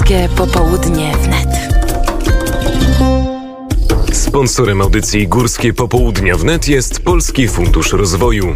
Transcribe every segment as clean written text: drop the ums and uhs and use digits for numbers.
Górskie Popołudnie wnet. Sponsorem audycji Górskie Popołudnia wnet jest Polski Fundusz Rozwoju.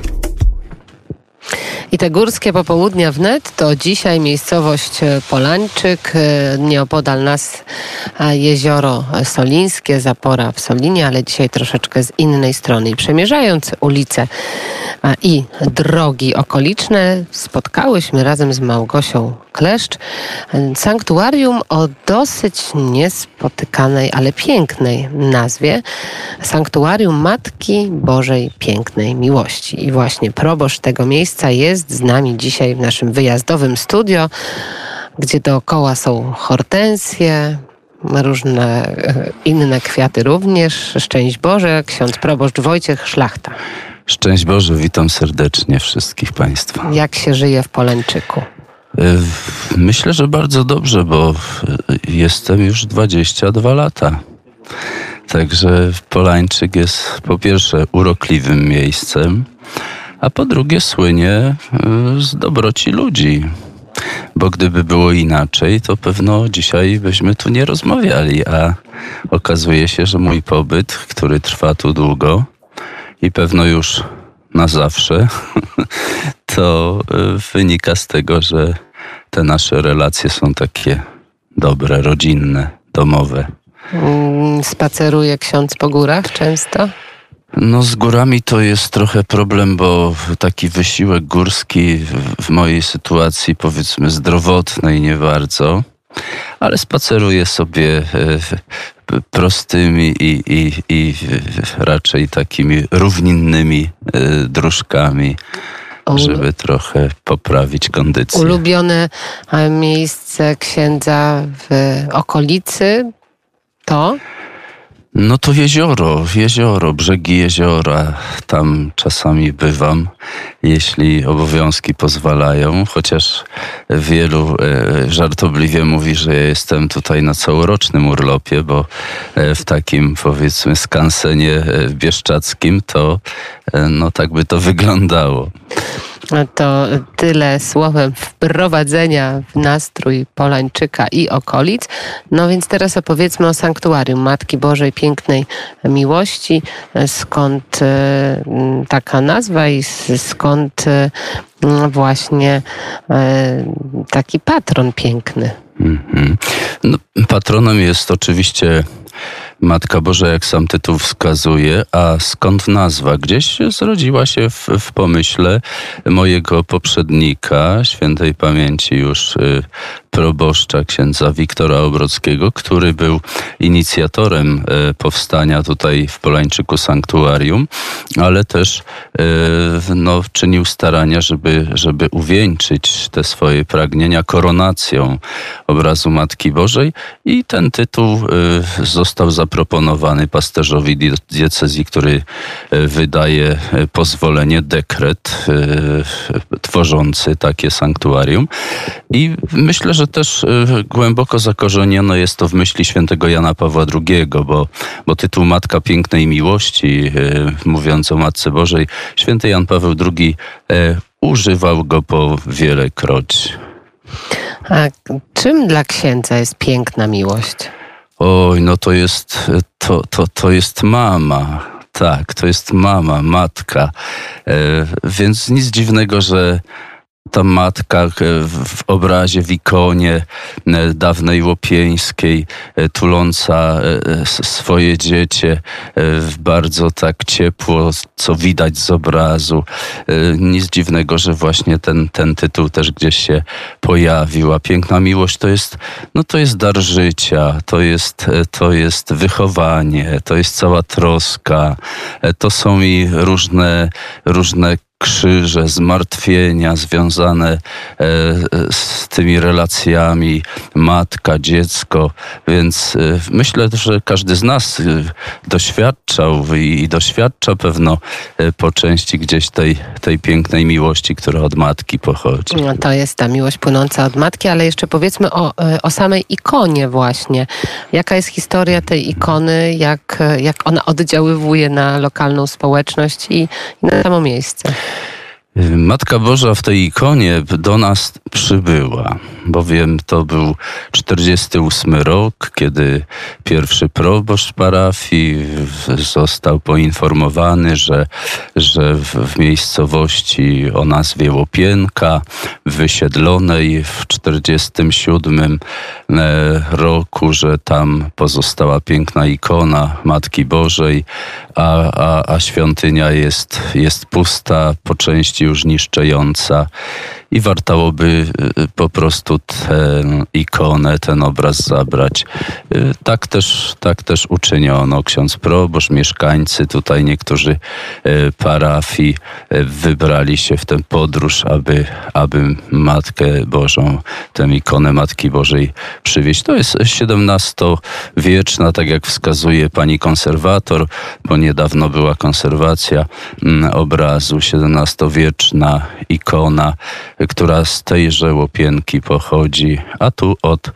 I te Górskie Popołudnia wnet to dzisiaj miejscowość Polańczyk, nieopodal nas jezioro Solińskie, Zapora w Solinie, ale dzisiaj troszeczkę z innej strony. I przemierzając ulice i drogi okoliczne, spotkałyśmy razem z Małgosią Kleszcz sanktuarium o dosyć niespotykanej, ale pięknej nazwie. Sanktuarium Matki Bożej Pięknej Miłości. I właśnie proboszcz tego miejsca jest z nami dzisiaj w naszym wyjazdowym studio, gdzie dookoła są hortensje, różne inne kwiaty również. Szczęść Boże, ksiądz proboszcz Wojciech Szlachta. Szczęść Boże, witam serdecznie wszystkich Państwa. Jak się żyje w Polańczyku? Myślę, że bardzo dobrze, bo jestem już 22 lata. Także Polańczyk jest po pierwsze urokliwym miejscem, a po drugie słynie z dobroci ludzi. Bo gdyby było inaczej, to pewno dzisiaj byśmy tu nie rozmawiali, a okazuje się, że mój pobyt, który trwa tu długo i pewno już na zawsze, to wynika z tego, że te nasze relacje są takie dobre, rodzinne, domowe. Spaceruje ksiądz po górach często? No z górami to jest trochę problem, bo taki wysiłek górski w mojej sytuacji, powiedzmy zdrowotnej, nie bardzo, ale spaceruję sobie prostymi i raczej takimi równinnymi dróżkami, żeby trochę poprawić kondycję. Ulubione miejsce księdza w okolicy to? No to jezioro, brzegi jeziora. Tam czasami bywam, jeśli obowiązki pozwalają, chociaż wielu żartobliwie mówi, że ja jestem tutaj na całorocznym urlopie, bo w takim, powiedzmy, skansenie bieszczackim to no tak by to wyglądało. To tyle słowem wprowadzenia w nastrój Polańczyka i okolic. No więc teraz opowiedzmy o sanktuarium Matki Bożej Pięknej Miłości. Skąd taka nazwa i skąd właśnie taki patron piękny? No, patronem jest oczywiście Matka Boża, jak sam tytuł wskazuje, a skąd nazwa? Gdzieś zrodziła się w pomyśle mojego poprzednika, świętej pamięci już proboszcza księdza Wiktora Obrockiego, który był inicjatorem powstania tutaj w Polańczyku sanktuarium, ale też czynił starania, żeby uwieńczyć te swoje pragnienia koronacją obrazu Matki Bożej i ten tytuł został zaproponowany pasterzowi diecezji, który wydaje pozwolenie, dekret tworzący takie sanktuarium. I myślę, że też głęboko zakorzenione jest to w myśli świętego Jana Pawła II, bo tytuł Matka Pięknej Miłości, mówiąc o Matce Bożej, święty Jan Paweł II używał go po wielekroć. A czym dla księdza jest piękna miłość? Oj, no to jest mama. Tak, to jest mama, matka. Więc nic dziwnego, że ta matka w obrazie, w ikonie dawnej łopieńskiej, tuląca swoje dziecię bardzo tak ciepło, co widać z obrazu. Nic dziwnego, że właśnie ten tytuł też gdzieś się pojawił. A piękna miłość to jest dar życia, to jest wychowanie, to jest cała troska, to są i różne krzyże, zmartwienia związane z tymi relacjami matka, dziecko, więc myślę, że każdy z nas doświadczał i doświadcza pewno po części gdzieś tej pięknej miłości, która od matki pochodzi. No to jest ta miłość płynąca od matki, ale jeszcze powiedzmy o samej ikonie właśnie. Jaka jest historia tej ikony, jak ona oddziaływuje na lokalną społeczność i na samo miejsce? Matka Boża w tej ikonie do nas przybyła, bowiem to był 48 rok, kiedy pierwszy proboszcz parafii został poinformowany, że w miejscowości o nazwie Łopienka, wysiedlonej w 47 roku, że tam pozostała piękna ikona Matki Bożej, a świątynia jest pusta, po części już niszczejąca i wartałoby po tę ikonę, ten obraz zabrać. Tak też uczyniono. Ksiądz proboszcz, mieszkańcy tutaj, niektórzy parafii wybrali się w tę podróż, aby Matkę Bożą, tę ikonę Matki Bożej przywieźć. To jest XVII-wieczna, tak jak wskazuje pani konserwator, bo niedawno była konserwacja obrazu, XVII-wieczna ikona, która z tejże Łopienki pochodzi, a tu od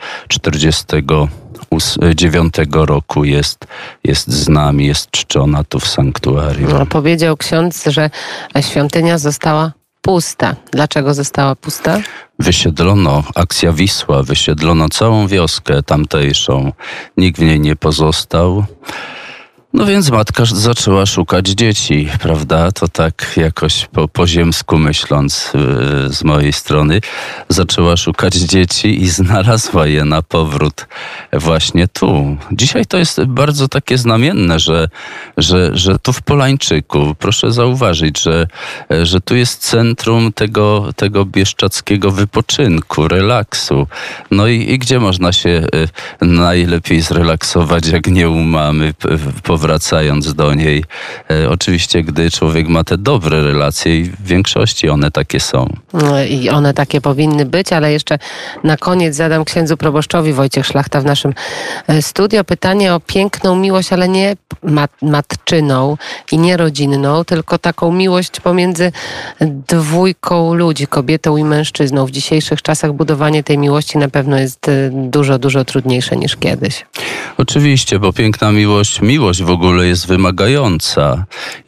49 roku jest z nami, jest czczona tu w sanktuarium. No, powiedział ksiądz, że świątynia została pusta. Dlaczego została pusta? Wysiedlono, akcja Wisła, wysiedlono całą wioskę tamtejszą. Nikt w niej nie pozostał. No więc matka zaczęła szukać dzieci, prawda? To tak jakoś po ziemsku myśląc z mojej strony. Zaczęła szukać dzieci i znalazła je na powrót właśnie tu. Dzisiaj to jest bardzo takie znamienne, że tu w Polańczyku, proszę zauważyć, że tu jest centrum tego bieszczackiego wypoczynku, relaksu. No i gdzie można się najlepiej zrelaksować, jak nie u mamy, powracając do niej. Oczywiście, gdy człowiek ma te dobre relacje i w większości one takie są. I one takie powinny być, ale jeszcze na koniec zadam księdzu proboszczowi Wojciech Szlachta w naszym studio pytanie o piękną miłość, ale nie matczyną i nie rodzinną, tylko taką miłość pomiędzy dwójką ludzi, kobietą i mężczyzną. W dzisiejszych czasach budowanie tej miłości na pewno jest dużo, dużo trudniejsze niż kiedyś. Oczywiście, bo piękna miłość w ogóle jest wymagająca.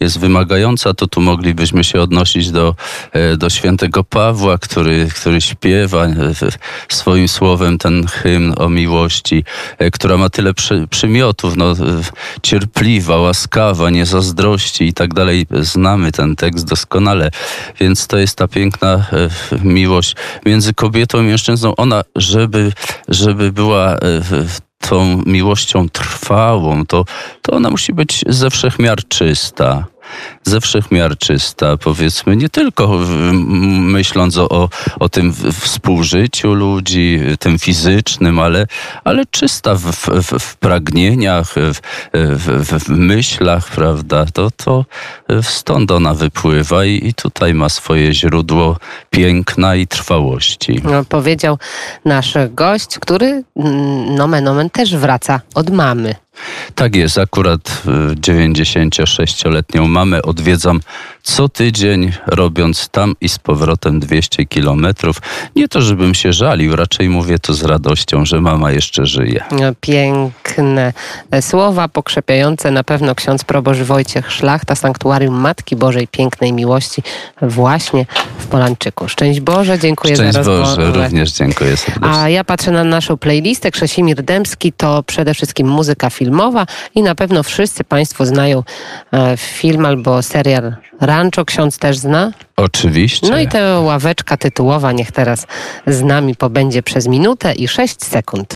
To tu moglibyśmy się odnosić do świętego Pawła, który śpiewa swoim słowem ten hymn o miłości, która ma tyle przymiotów, cierpliwa, łaskawa, nie zazdrości i tak dalej. Znamy ten tekst doskonale, więc to jest ta piękna miłość między kobietą i mężczyzną. Ona, żeby była tą miłością trwałą, to ona musi być ze wszechmiar czysta. Powiedzmy, nie tylko myśląc o tym współżyciu ludzi, tym fizycznym, ale czysta w pragnieniach, w myślach, prawda? To stąd ona wypływa i tutaj ma swoje źródło piękna i trwałości. No, powiedział nasz gość, który nomen omen też wraca od mamy. Tak jest, akurat 96-letnią mamę odwiedzam co tydzień, robiąc tam i z powrotem 200 kilometrów. Nie to, żebym się żalił, raczej mówię to z radością, że mama jeszcze żyje. Piękne słowa, pokrzepiające na pewno ksiądz proboszcz Wojciech Szlachta, Sanktuarium Matki Bożej Pięknej Miłości właśnie w Polańczyku. Szczęść Boże, dziękuję za rozmowę. Szczęść Boże, również dziękuję serdecznie. A ja patrzę na naszą playlistę. Krzesimir Dębski to przede wszystkim muzyka filmowa i na pewno wszyscy Państwo znają film albo serial Rancho. Ksiądz też zna? Oczywiście. No i ta ławeczka tytułowa niech teraz z nami pobędzie przez minutę i 6 sekund.